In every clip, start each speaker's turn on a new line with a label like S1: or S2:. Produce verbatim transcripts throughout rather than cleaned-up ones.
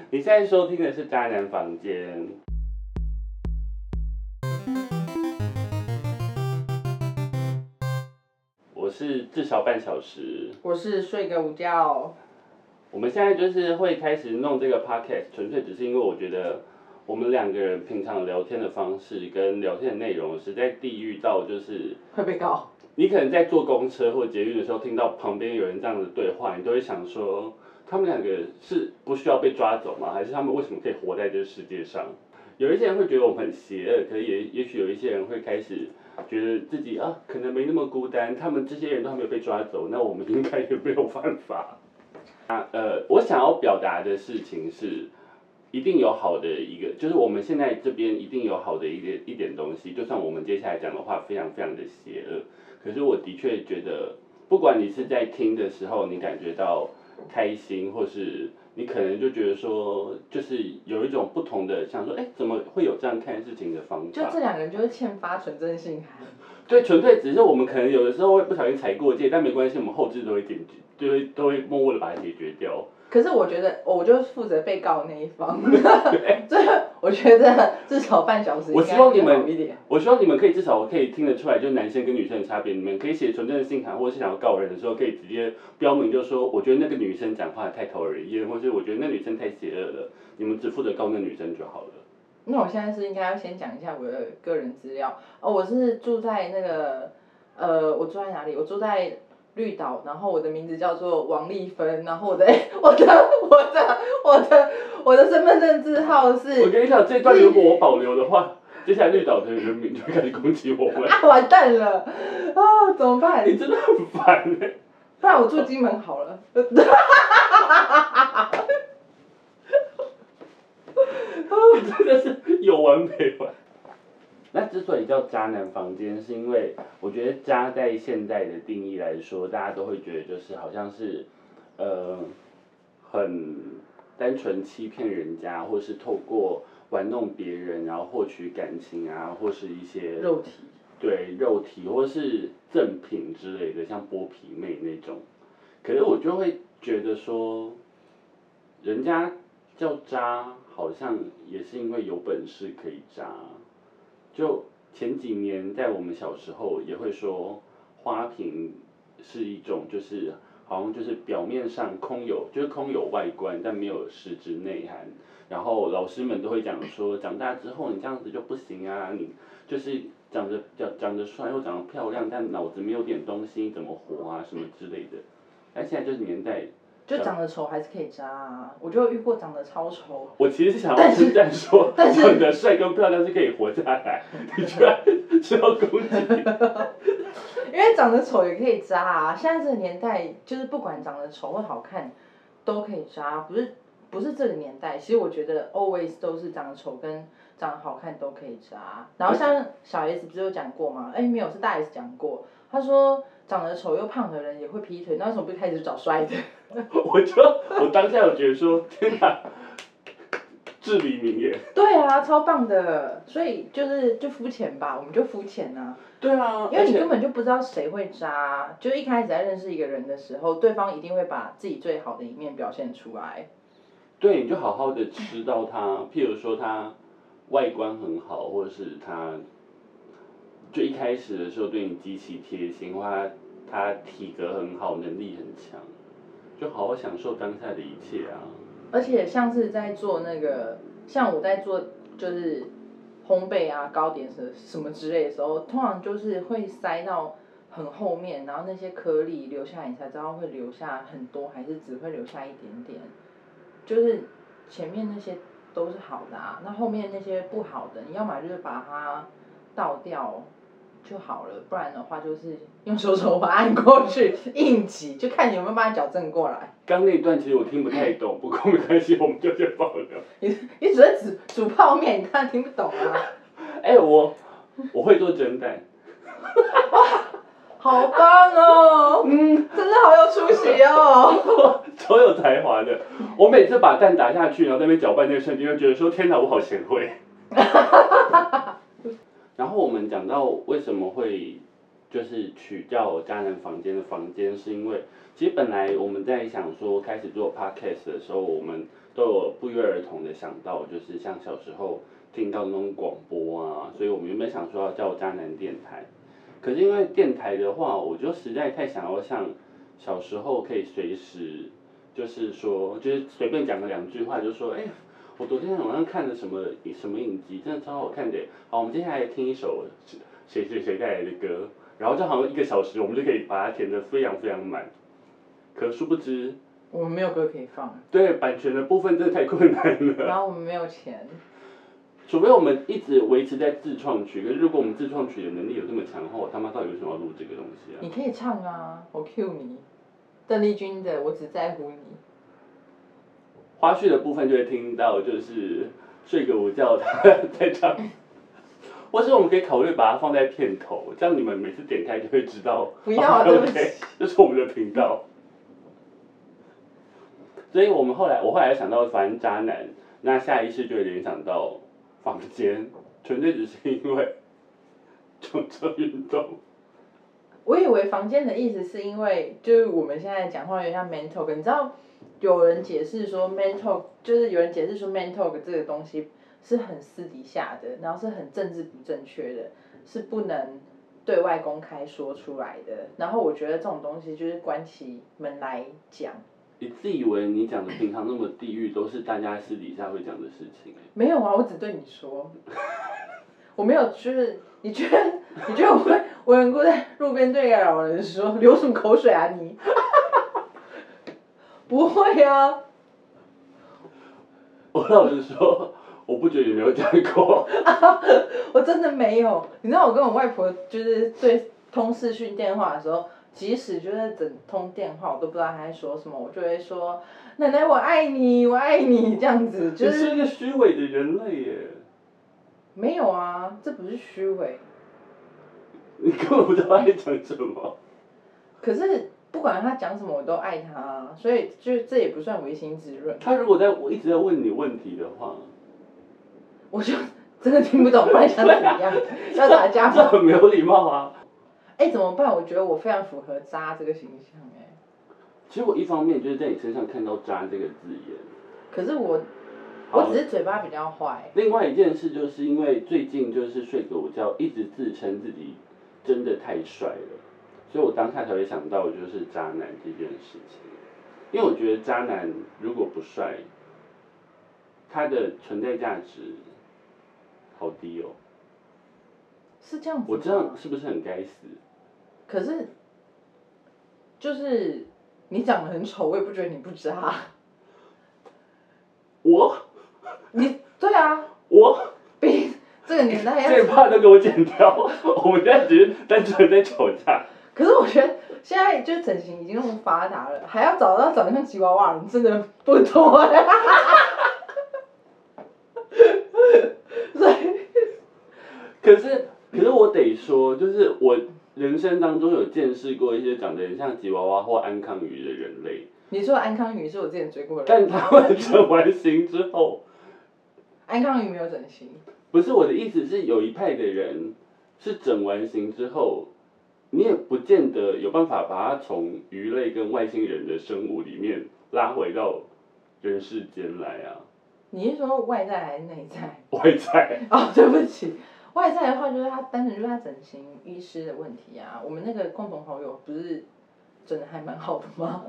S1: 你现在收听的是《渣男房间》，我是至少半小时，
S2: 我是睡个午觉。
S1: 我们现在就是会开始弄这个 podcast， 纯粹只是因为我觉得我们两个人平常聊天的方式跟聊天的内容实在地狱到就是
S2: 会被告。
S1: 你可能在坐公车或捷运的时候听到旁边有人这样的对话，你都会想说，他们两个是不需要被抓走吗？还是他们为什么可以活在这个世界上？有一些人会觉得我们很邪恶，可是也也许有一些人会开始觉得自己啊可能没那么孤单，他们这些人都还没有被抓走，那我们应该也没有办法。啊呃，我想要表达的事情是，一定有好的一个，就是我们现在这边一定有好的一点一点东西，就算我们接下来讲的话非常非常的邪恶，可是我的确觉得，不管你是在听的时候你感觉到开心，或是你可能就觉得说，就是有一种不同的想说，哎，怎么会有这样看事情的方法？
S2: 就这两个人就是欠发纯正信函。
S1: 对，纯粹只是我们可能有的时候会不小心踩过界，但没关系，我们后置都会解决，就会都会默默的把它解决掉。
S2: 可是我觉得，我就是负责被告的那一方，所以我觉得至少半小时应该
S1: 好一点。我希望你们，我希望你们可以至少可以听得出来，就是男生跟女生的差别。你们可以写纯正的信函，或者是想要告人的时候，可以直接标明，就说我觉得那个女生讲话太讨人厌，或是我觉得那女生太邪恶了，你们只负责告那女生就好了。
S2: 那我现在是应该要先讲一下我的个人资料哦，我是住在那个呃，我住在哪里？我住在绿岛，然后我的名字叫做王丽芬，然后我的我的我的我的我的身份证字号是。
S1: 我跟你讲，这段如果我保留的话，接下来绿岛的人民就会开始攻击我们。
S2: 啊，完蛋了！啊，怎么办？
S1: 你真的很烦哎、欸。
S2: 不然我住金门好了。
S1: 你真的是有完没完。那之所以叫渣男房间，是因为我觉得渣在现在的定义来说，大家都会觉得就是好像是，呃，很单纯欺骗人家，或是透过玩弄别人，然后获取感情啊，或是一些
S2: 肉体，
S1: 对肉体或是赠品之类的，像剥皮妹那种。可是我就会觉得说，人家叫渣，好像也是因为有本事可以渣。就前几年在我们小时候也会说，花瓶是一种就是好像就是表面上空有就是空有外观，但没有实质内涵。然后老师们都会讲说，长大之后你这样子就不行啊，你就是长得长长得帅或长得漂亮，但脑子没有点东西，怎么活啊什么之类的。但现在就是年代。
S2: 就长得丑还是可以渣啊！我就遇过长得超丑。
S1: 我其实是想要称赞说，长得帅跟漂亮是可以活下来，你居然是要攻击？
S2: 因为长得丑也可以渣啊！现在这个年代，就是不管长得丑或好看，都可以渣，不是不是这个年代。其实我觉得 always 都是长得丑跟长得好看都可以渣。然后像小 S 不是有讲过吗？哎，没有，是大 S 讲过。他说长得丑又胖的人也会劈腿，那为什么不开始找帅的？
S1: 我就我当下有觉得说，天哪，至理名言。
S2: 对啊，超棒的，所以就是就肤浅吧，我们就肤浅啊。
S1: 对啊。
S2: 因为你根本就不知道谁会渣，就一开始在认识一个人的时候，对方一定会把自己最好的一面表现出来。
S1: 对，你就好好的吃到他，譬如说他外观很好，或者是他。就一开始的时候对你极其贴心，或他他体格很好，能力很强，就好好享受当下的一切啊。
S2: 而且像是在做那个，像我在做就是烘焙啊、糕点什什么之类的时候，通常就是会塞到很后面，然后那些颗粒留下来，你才知道会留下很多，还是只会留下一点点。就是前面那些都是好的啊，那后面那些不好的，你要么就是把它倒掉。就好了，不然的话就是用手手把它按过去，硬挤，就看你有没有把它矫正过来。
S1: 刚那一段其实我听不太懂，不过没关系，我们就先保留。
S2: 你你只会煮煮泡面，你当然听不懂啊。
S1: 哎、欸，我我会做蒸蛋。
S2: 哇，好棒哦！嗯，真的好有出息哦。
S1: 超有才华的，我每次把蛋打下去，然后在那边搅拌那个瞬间，就觉得说天哪，我好贤惠。然后我们讲到为什么会就是取叫渣男房间的房间，是因为其实本来我们在想说开始做 podcast 的时候，我们都有不约而同的想到，就是像小时候听到那种广播啊，所以我们原本想说要叫渣男电台，可是因为电台的话，我就实在太想要像小时候可以随时，就是说，就是随便讲个两句话，就说，哎、欸，我昨天晚上看了什么什么影集，真的超好看的。好，我们接下来听一首谁谁谁带来的歌，然后就好像一个小时，我们就可以把它填得非常非常满。可殊不知，
S2: 我们没有歌可以放。
S1: 对，版权的部分真的太困难了。
S2: 然后我们没有钱。
S1: 除非我们一直维持在自创曲，可是如果我们自创曲的能力有这么强的话，我他妈到底为什么要录这个东西啊？
S2: 你可以唱啊，我 cue 你。邓丽君的《我只在乎你》。
S1: 花絮的部分就会听到，就是睡个午觉他在唱，或是我们可以考虑把它放在片头，这样你们每次点开就会知道。
S2: 不要啊，对不起。
S1: 这是我们的频道。所以我们后来，我后来想到，反正渣男，那下意识就会联想到房间，纯粹只是因为冲车运动。
S2: 我以为房间的意思是因为，就是我们现在讲话有点像 man talk， 你知道有人解释说 man talk， 就是有人解释说 man talk 这个东西是很私底下的，然后是很政治不正确的，是不能对外公开说出来的。然后我觉得这种东西就是关起门来讲。
S1: 你自以为你讲的平常那么地狱，都是大家私底下会讲的事情、欸、
S2: 没有啊，我只对你说，我没有就是你觉得你觉得我会我能够在路边对一个老人说流什么口水啊你？不会啊。
S1: 我老实说，我不觉得你没有讲过。
S2: 我真的没有，你知道我跟我外婆就是对通视讯电话的时候。即使就是整通电话我都不知道他在说什么，我就会说奶奶我爱你我爱你这样子，就是。
S1: 你是个虚伪的人类耶。
S2: 没有啊，这不是虚伪。
S1: 你根本不知道他在讲什么。
S2: 可是不管他讲什么我都爱他啊，所以就这也不算违心之论。
S1: 他如果在我一直在问你问题的话，
S2: 我就真的听不懂，不然想怎样？要打架吗？
S1: 这很没有礼貌啊。
S2: 哎、欸，怎么办？我觉得我非常符合渣这个形象哎、欸。
S1: 其实我一方面就是在你身上看到渣这个字眼。
S2: 可是我，我只是嘴巴比较坏。
S1: 另外一件事就是因为最近就是睡个午觉，一直自称自己真的太帅了，所以我当下才会想到就是渣男这件事情。因为我觉得渣男如果不帅，他的存在价值好低哦。
S2: 是这样子吗？
S1: 我这样是不是很该死？
S2: 可是，就是你长得很丑，我也不觉得你不渣。
S1: 我？
S2: 你对啊。
S1: 我？
S2: 比这个年代要。
S1: 这怕都给我剪掉，我们现在只是单纯在吵架。
S2: 可是我觉得现在就是整形已经那么发达了，还要找到长得像吉娃娃的人真的不多哎。所以。
S1: 可是，可是我得说，就是我。人生当中有见识过一些长得很像吉娃娃或安康鱼的人类。
S2: 你说的安康鱼是我之前追过的人。
S1: 但他们整完形之后。
S2: 安康鱼没有整形。
S1: 不是我的意思是，有一派的人是整完形之后，你也不见得有办法把它从鱼类跟外星人的生物里面拉回到人世间来啊。
S2: 你是说外在还是内在？
S1: 外在。
S2: 哦，对不起。外在的话就是他单纯就是他整形医师的问题啊，我们那个共同好友不是整的还蛮好的吗？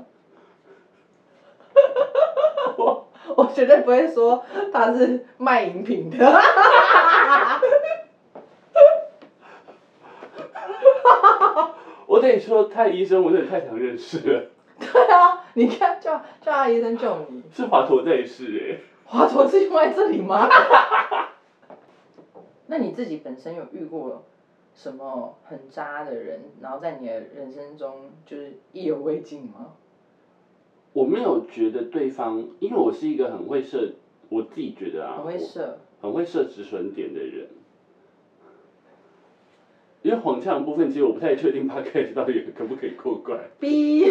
S2: 我我绝对不会说他是卖饮品的。
S1: 我得说，他医生我真的太想认识了。
S2: 对啊，你看叫叫他医生救你。
S1: 是华佗在世哎。
S2: 华佗是用在这里吗？那你自己本身有遇过什么很渣的人，然后在你的人生中就是意犹未尽吗？
S1: 我没有觉得对方，因为我是一个很会设，我自己觉得啊，
S2: 很会设，
S1: 很会设止损点的人。因为黄腔的部分，其实我不太确定 Podcast 到底可不可以过关。
S2: 逼。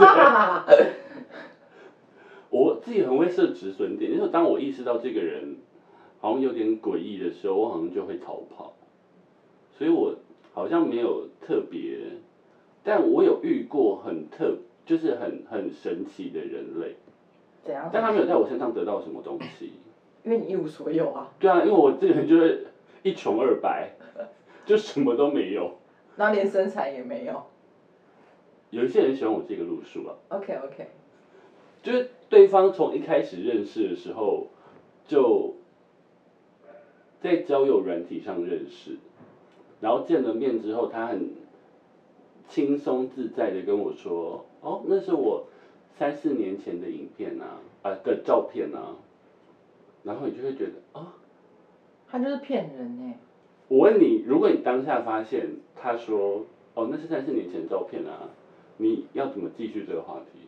S1: 我自己很会设止损点，就是当我意识到这个人好像有点诡异的时候，我好像就会逃跑。所以我好像没有特别，但我有遇过很特，就是很很神奇的人类。
S2: 怎样？
S1: 但他没有在我身上得到什么东西。
S2: 因为你一无所有啊。
S1: 对啊，因为我这个人就是一穷二白，就什么都没有。
S2: 然后连身材也没有。
S1: 有一些人喜欢我这个路数啊。
S2: OK OK。
S1: 就是对方从一开始认识的时候，就在交友软体上认识，然后见了面之后，他很轻松自在的跟我说：“哦，那是我三四年前的影片啊，啊的照片啊。”然后你就会觉得啊、哦，
S2: 他就是骗人呢。
S1: 我问你，如果你当下发现他说：“哦，那是三四年前的照片啊”，你要怎么继续这个话题？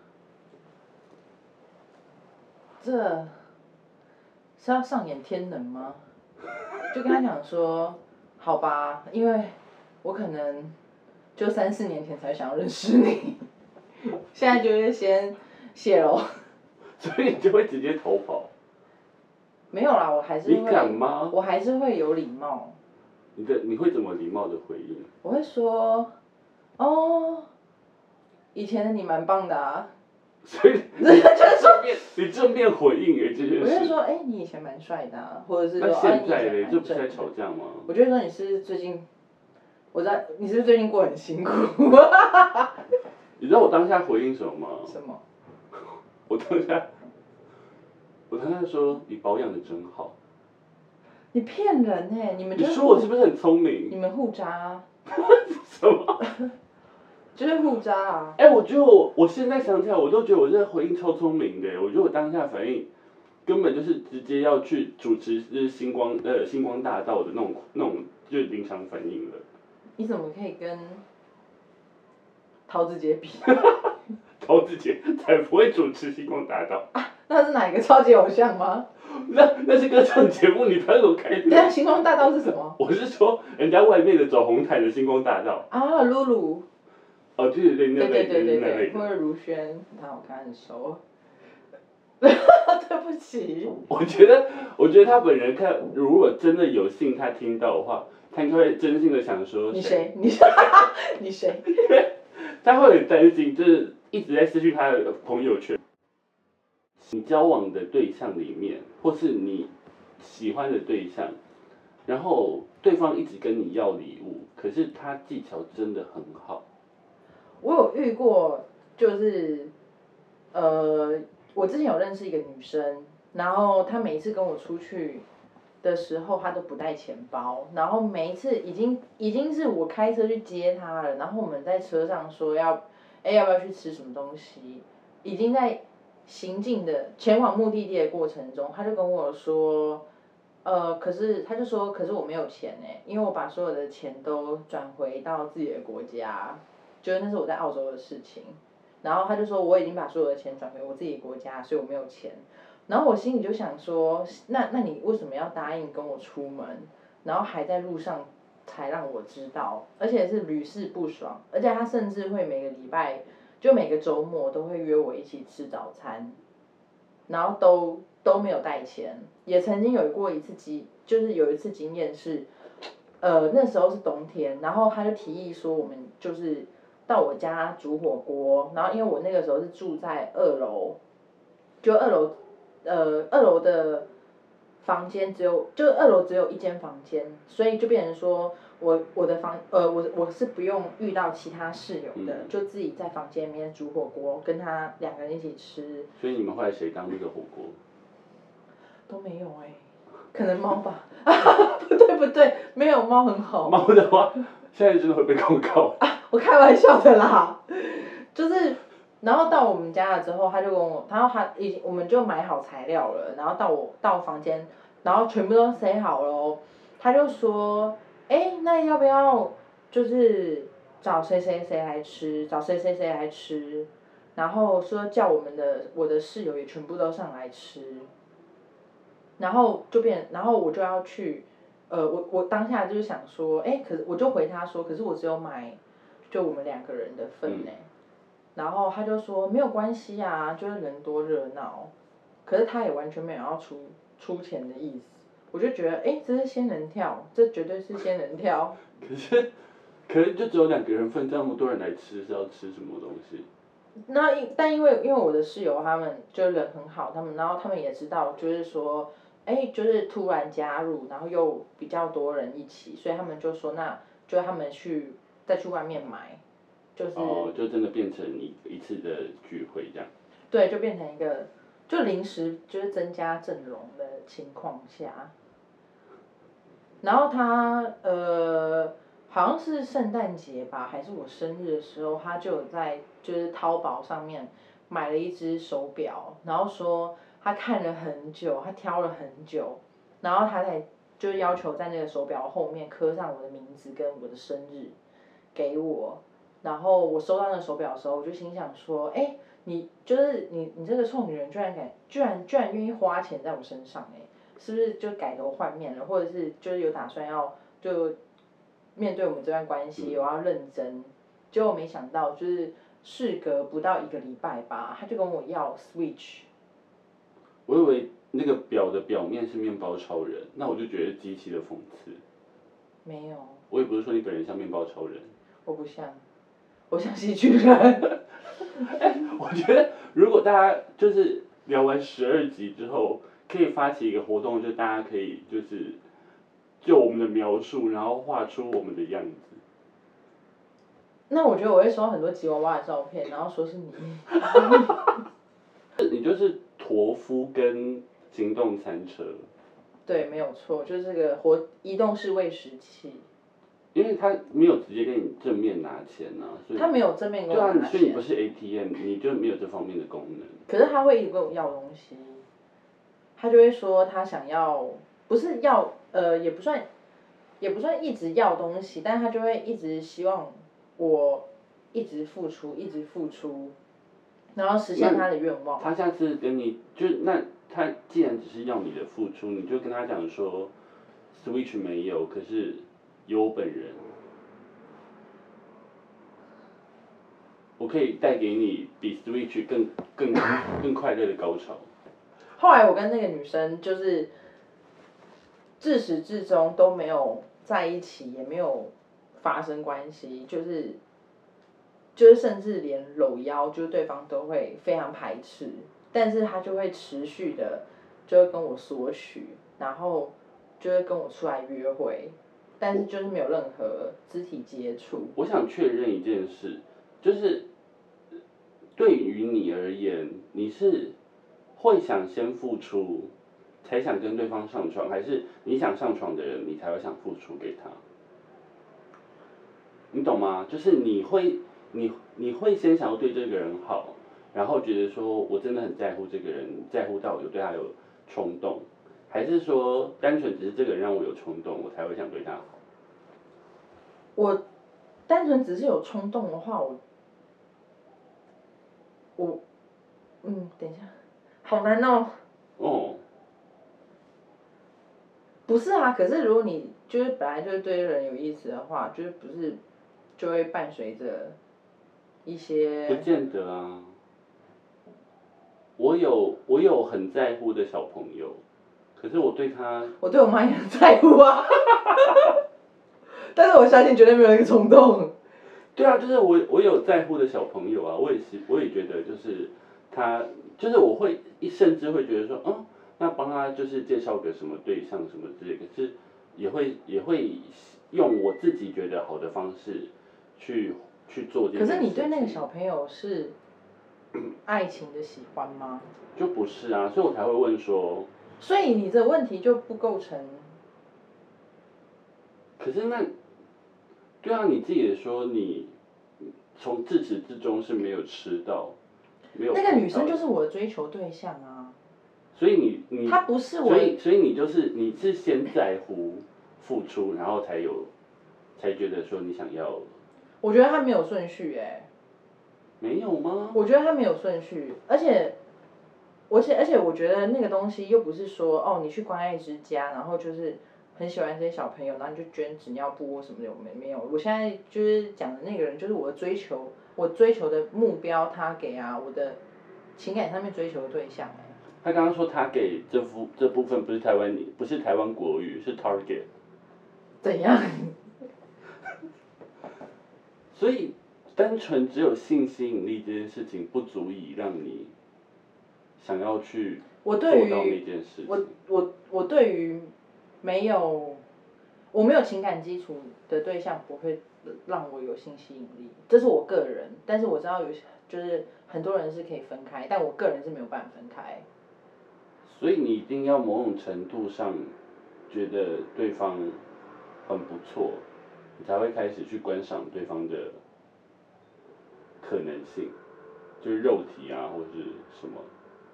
S2: 这是要上演天能吗？就跟他讲说，好吧，因为我可能就三四年前才想要认识你，现在就是先谢喽。
S1: 所以你就会直接逃跑。
S2: 没有啦，我还是会。
S1: 你敢吗？
S2: 我还是会有礼貌。
S1: 你的你会怎么礼貌的回应？
S2: 我会说，哦，以前的你蛮棒的啊。
S1: 所以你正面你正面回应哎这件事。
S2: 我就说，哎、欸，你以前蛮帅的、啊，或者是说，
S1: 那现在嘞，
S2: 啊、
S1: 这不是在吵架吗？
S2: 我就说你是最近，我知道你是不是最近过得很辛苦？
S1: 你知道我当下回应什么吗？
S2: 什么？
S1: 我当下，我当下说你保养的真好。
S2: 你骗人哎、欸！你们、就是、
S1: 你说我是不是很聪明？
S2: 你们互渣、啊。
S1: 什么？
S2: 就是互渣啊！
S1: 哎、欸，我觉得我我现在想起来，我都觉得我这个回应超聪明的。我觉得我当下反应根本就是直接要去主持就是星光呃星光大道的那种那种就是临场反应了。
S2: 你怎么可以跟陶子杰比？
S1: 陶子杰才不会主持星光大道。
S2: 啊，那是哪一个超级偶像吗？
S1: 那那是歌唱节目，你不要给我开
S2: 对啊，星光大道是什么？
S1: 我是说人家外面的走红毯的星光大道。
S2: 啊，露露。
S1: 哦，对对对，那类
S2: 对对对
S1: 那类
S2: 对，或者如轩，你看我看很熟。对不起。
S1: 我觉得，我觉得他本人看，如果真的有幸他听到的话，他应该会真心的想说。
S2: 你谁？你你谁？
S1: 他会很担心，就是一直在失去他的朋友圈。你交往的对象里面，或是你喜欢的对象，然后对方一直跟你要礼物，可是他技巧真的很好。
S2: 我有遇过，就是呃，我之前有认识一个女生，然后她每一次跟我出去的时候，她都不带钱包，然后每一次已经已经是我开车去接她了，然后我们在车上说要，哎要不要去吃什么东西，已经在行进的前往目的地的过程中，她就跟我说，呃，可是她就说，可是我没有钱哎，因为我把所有的钱都转回到自己的国家。觉得那是我在澳洲的事情，然后他就说我已经把所有的钱转回我自己国家，所以我没有钱。然后我心里就想说，那那你为什么要答应跟我出门，然后还在路上才让我知道，而且是屡试不爽，而且他甚至会每个礼拜就每个周末都会约我一起吃早餐，然后都都没有带钱，也曾经有过一次经，就是有一次经验是，呃那时候是冬天，然后他就提议说我们就是。到我家煮火锅，然后因为我那个时候是住在二楼，就二楼，呃，二楼的房间只有，就二楼只有一间房间，所以就变成说我我的房，呃，我我是不用遇到其他室友的，嗯、就自己在房间里面煮火锅，跟他两个人一起吃。
S1: 所以你们后来谁当那个火锅？
S2: 都没有哎、欸，可能猫吧？不对不对，没有猫很好。
S1: 猫的话。现在真的会被公告
S2: 啊！我开玩笑的啦，就是，然后到我们家了之后，他就跟我，然后他已经我们就买好材料了，然后到我到房间，然后全部都塞好了，他就说，哎，那要不要就是找谁谁谁来吃，找谁谁谁来吃，然后说叫我们的我的室友也全部都上来吃，然后就变，然后我就要去。呃，我我当下就是想说，哎，可是我就回他说，可是我只有买，就我们两个人的份呢、嗯，然后他就说没有关系啊，就是人多热闹，可是他也完全没有要出出钱的意思，我就觉得，哎，这是仙人跳，这绝对是仙人跳。
S1: 可是，可是就只有两个人份，这么多人来吃是要吃什么东西？
S2: 那因但因为因为我的室友他们就人很好，他们然后他们也知道，就是说，哎，就是突然加入，然后又比较多人一起，所以他们就说，那就他们去再去外面买，就是。
S1: 哦，就真的变成一一次的聚会这样。
S2: 对，就变成一个就临时就是增加阵容的情况下，然后他呃好像是圣诞节吧，还是我生日的时候，他就有在就是淘宝上面买了一只手表，然后说他看了很久，他挑了很久，然后他才就是要求在那个手表后面刻上我的名字跟我的生日给我，然后我收到那个手表的时候，我就心想说，哎，你就是你你这个臭女人居然敢居然居然愿意花钱在我身上哎。是不是就改头换面了，或者是就是有打算要就面对我们这段关系，我要认真，结果没想到就是事隔不到一个礼拜吧，他就跟我要 Switch。
S1: 我以为那个表的表面是面包超人，那我就觉得极其的讽刺。
S2: 没有。
S1: 我也不是说你本人像面包超人。
S2: 我不像，我像喜剧人。
S1: 我觉得如果大家就是聊完十二集之后。可以发起一个活动，就大家可以就是就我们的描述，然后画出我们的样子。
S2: 那我觉得我会收到很多吉娃娃的照片，然后说是你。
S1: 你就是驼夫跟行动餐车。
S2: 对，没有错，就是这个活移动式喂食器。
S1: 因为他没有直接跟你正面拿钱啊，所以
S2: 他没有正面跟我拿钱。
S1: 对啊，所以你不是 A T M， 你就没有这方面的功能。
S2: 可是他会一直跟我要东西。他就会说他想要，不是要呃也不算，也不算一直要东西，但他就会一直希望我一直付出，一直付出，然后实现他的愿望。
S1: 他下次跟你就那他既然只是要你的付出，你就跟他讲说 ，Switch 没有，可是有我本人，我可以带给你比 Switch 更更更快乐的高潮。
S2: 后来我跟那个女生就是自始至终都没有在一起，也没有发生关系，就是就是甚至连搂腰，就是对方都会非常排斥，但是他就会持续的就会跟我索取，然后就会跟我出来约会，但是就是没有任何肢体接触。
S1: 我想确认一件事，就是对于你而言，你是。会想先付出，才想跟对方上床，还是你想上床的人，你才会想付出给他？你懂吗？就是你会，你你会先想要对这个人好，然后觉得说我真的很在乎这个人，在乎到有对他有冲动，还是说单纯只是这个人让我有冲动，我才会想对他好？
S2: 我单纯只是有冲动的话，我我嗯，等一下。好难哦。
S1: 哦。
S2: 不是啊，可是如果你就是本来就是对人有意思的话，就是不是就会伴随着一些。
S1: 不见得啊。我有我有很在乎的小朋友，可是我对他。
S2: 我对我妈也很在乎啊。但是我相信绝对没有那个冲动。
S1: 对啊，就是我我有在乎的小朋友啊，我也是我也觉得就是他。就是我会一甚至会觉得说，嗯，那帮他就是介绍个什么对象什么之类，可是也会也会用我自己觉得好的方式去去做这件事情。
S2: 可是你对那个小朋友是爱情的喜欢吗？
S1: 就不是啊，所以我才会问说。
S2: 所以你的问题就不构成。
S1: 可是那，对啊，你自己也说你从自始至终是没有吃到。
S2: 那个女生就是我的追求对象啊。
S1: 所以你你。
S2: 她不是我。
S1: 所以所以你就是你是先在乎付出，然后才有，才觉得说你想要。
S2: 我觉得她没有顺序哎、欸。
S1: 没有吗？
S2: 我觉得她没有顺序，而且，而且而且我觉得那个东西又不是说哦你去关爱之家，然后就是很喜欢这些小朋友，然后你就捐纸尿布或什么的，没没有。我现在就是讲的那个人就是我的追求。我追求的目标，他给啊，我的情感上面追求的对象哎。
S1: 他刚刚说他给这部这部分不是台湾不是台湾国语，是 Target。
S2: 怎样？
S1: 所以单纯只有性吸引力这件事情不足以让你想要去
S2: 我对于
S1: 做到那件事情。
S2: 我我我对于没有我没有情感基础的对象不会让我有性吸引力，这是我个人。但是我知道有就是很多人是可以分开，但我个人是没有办法分开。
S1: 所以你一定要某种程度上觉得对方很不错，你才会开始去观赏对方的可能性，就是肉体啊，或是什么。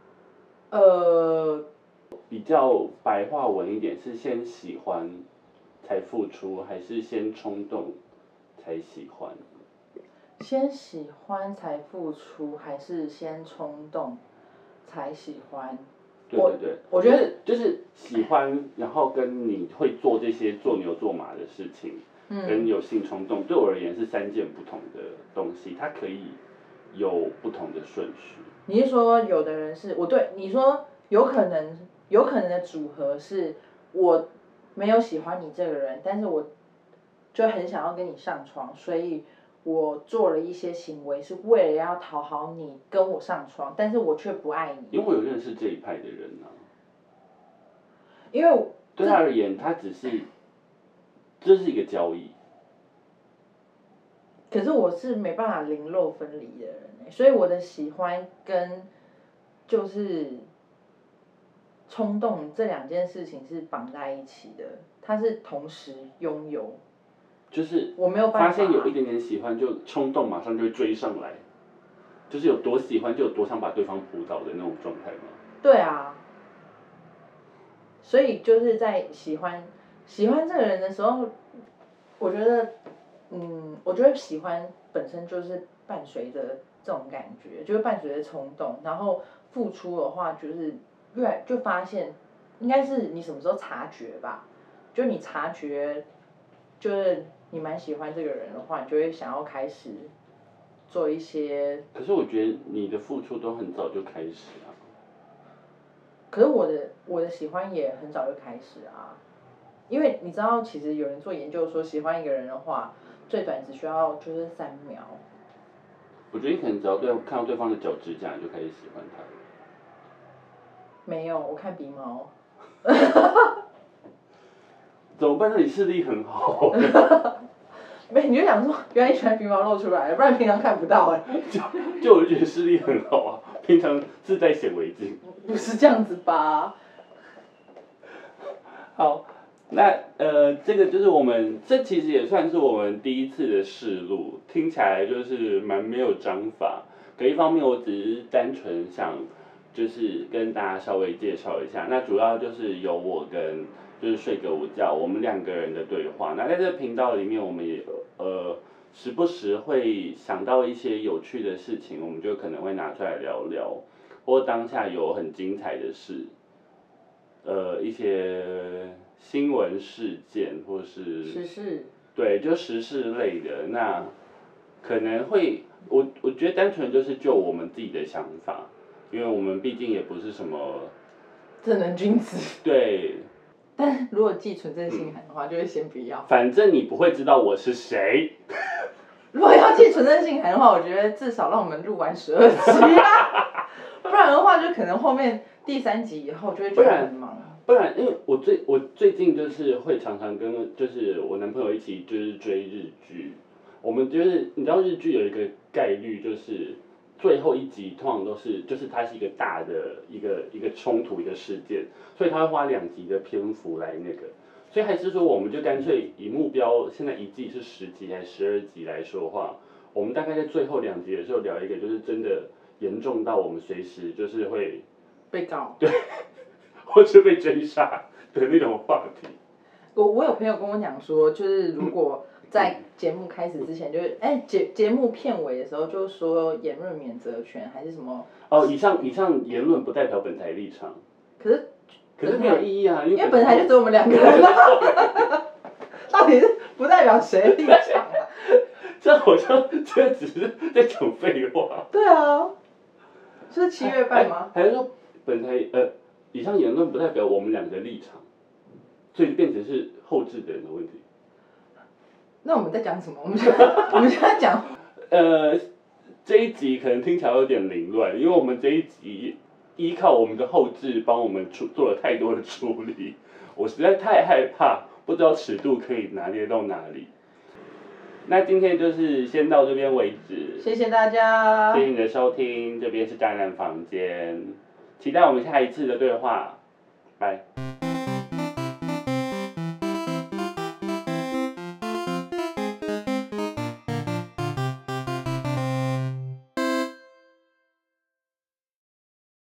S2: 呃，
S1: 比较白话文一点，是先喜欢才付出，还是先冲动才喜欢？
S2: 先喜欢才付出，还是先冲动才喜欢？
S1: 对对对，
S2: 我觉得
S1: 就是喜欢，然后跟你会做这些做牛做马的事情，
S2: 嗯、
S1: 跟有性冲动，对我而言是三件不同的东西，它可以有不同的顺序。
S2: 你是说有的人是我对你说有可能有可能的组合是我没有喜欢你这个人，但是我就很想要跟你上床，所以我做了一些行为是为了要讨好你跟我上床，但是我却不爱你。
S1: 因为我有认识这一派的人啊，
S2: 因为
S1: 对他而言，他只是这是一个交易。
S2: 可是我是没办法零肉分离的人、欸、所以我的喜欢跟就是冲动这两件事情是绑在一起的，它是同时拥有。
S1: 就是
S2: 我没有办法
S1: 发现有一点点喜欢，就冲动马上就会追上来，就是有多喜欢就有多想把对方扑倒的那种状态吗？
S2: 对啊，所以就是在喜欢喜欢这个人的时候，我觉得，嗯，我觉得喜欢本身就是伴随着这种感觉，就是伴随着冲动，然后付出的话，就是越来就发现，应该是你什么时候察觉吧？就你察觉，就是你蛮喜欢这个人的话，你就会想要开始做一些。
S1: 可是我觉得你的付出都很早就开始啊。
S2: 可是我的我的喜欢也很早就开始啊，因为你知道，其实有人做研究说，喜欢一个人的话，最短只需要就是三秒。
S1: 我觉得你可能只要对看到对方的脚趾甲，你就开始喜欢他了。
S2: 没有，我看鼻毛。
S1: 怎么办？那你视力很好。
S2: 没，你就想说，原来你喜欢鼻毛露出来，不然平常看不到哎、欸。
S1: 就就我就觉得视力很好啊，平常是在显微镜。
S2: 不是这样子吧？
S1: 好，那呃，这个就是我们这其实也算是我们第一次的试录，听起来就是蛮没有章法。可一方面，我只是单纯想就是跟大家稍微介绍一下，那主要就是由我跟就是睡个午觉，我们两个人的对话。那在这个频道里面，我们也呃时不时会想到一些有趣的事情，我们就可能会拿出来聊聊，或当下有很精彩的事，呃一些新闻事件或是
S2: 时事。
S1: 对，就时事类的，那可能会我我觉得单纯就是就我们自己的想法，因为我们毕竟也不是什么
S2: 正人君子。
S1: 对。
S2: 但如果寄存证信函的话，就会先不要。
S1: 反正你不会知道我是谁。
S2: 如果要寄存证信函的话，我觉得至少让我们录完十二集啊，不然的话就可能后面第三集以后就会觉得很忙。
S1: 不然，因为我最我最近就是会常常跟就是我男朋友一起就是追日剧，我们就是你知道日剧有一个概率就是最后一集通常都是就是它是一个大的一个一个冲突一个事件，所以他会花两集的篇幅来那个，所以还是说我们就干脆以目标现在一季是十集还是十二集来说的话，我们大概在最后两集的时候聊一个就是真的严重到我们随时就是会
S2: 被告。
S1: 对。或是被追杀的那种话题。
S2: 我我有朋友跟我讲说，就是如果在节目开始之前，就是哎节节目片尾的时候，就说言论免责权还是什么。
S1: 哦，以上以上言论不代表本台立场。
S2: 可是
S1: 可是没有意义啊，因为
S2: 因为本台就只有我们两个人啊。到底是不代表谁立场啊？
S1: 这好像这只是在讲废话。
S2: 对啊，是七月半吗？
S1: 还是说本台呃？以上言论不代表我们两个的立场，所以变成是后置的人的问题。
S2: 那我们在讲什么？我们现在我们现在讲
S1: 呃，这一集可能听起来有点凌乱，因为我们这一集依靠我们的后置帮我们处做了太多的处理，我实在太害怕，不知道尺度可以拿捏到哪里。那今天就是先到这边为止，
S2: 谢谢大家，
S1: 谢谢你的收听，这边是渣男房间，期待我们下一次的对话，拜。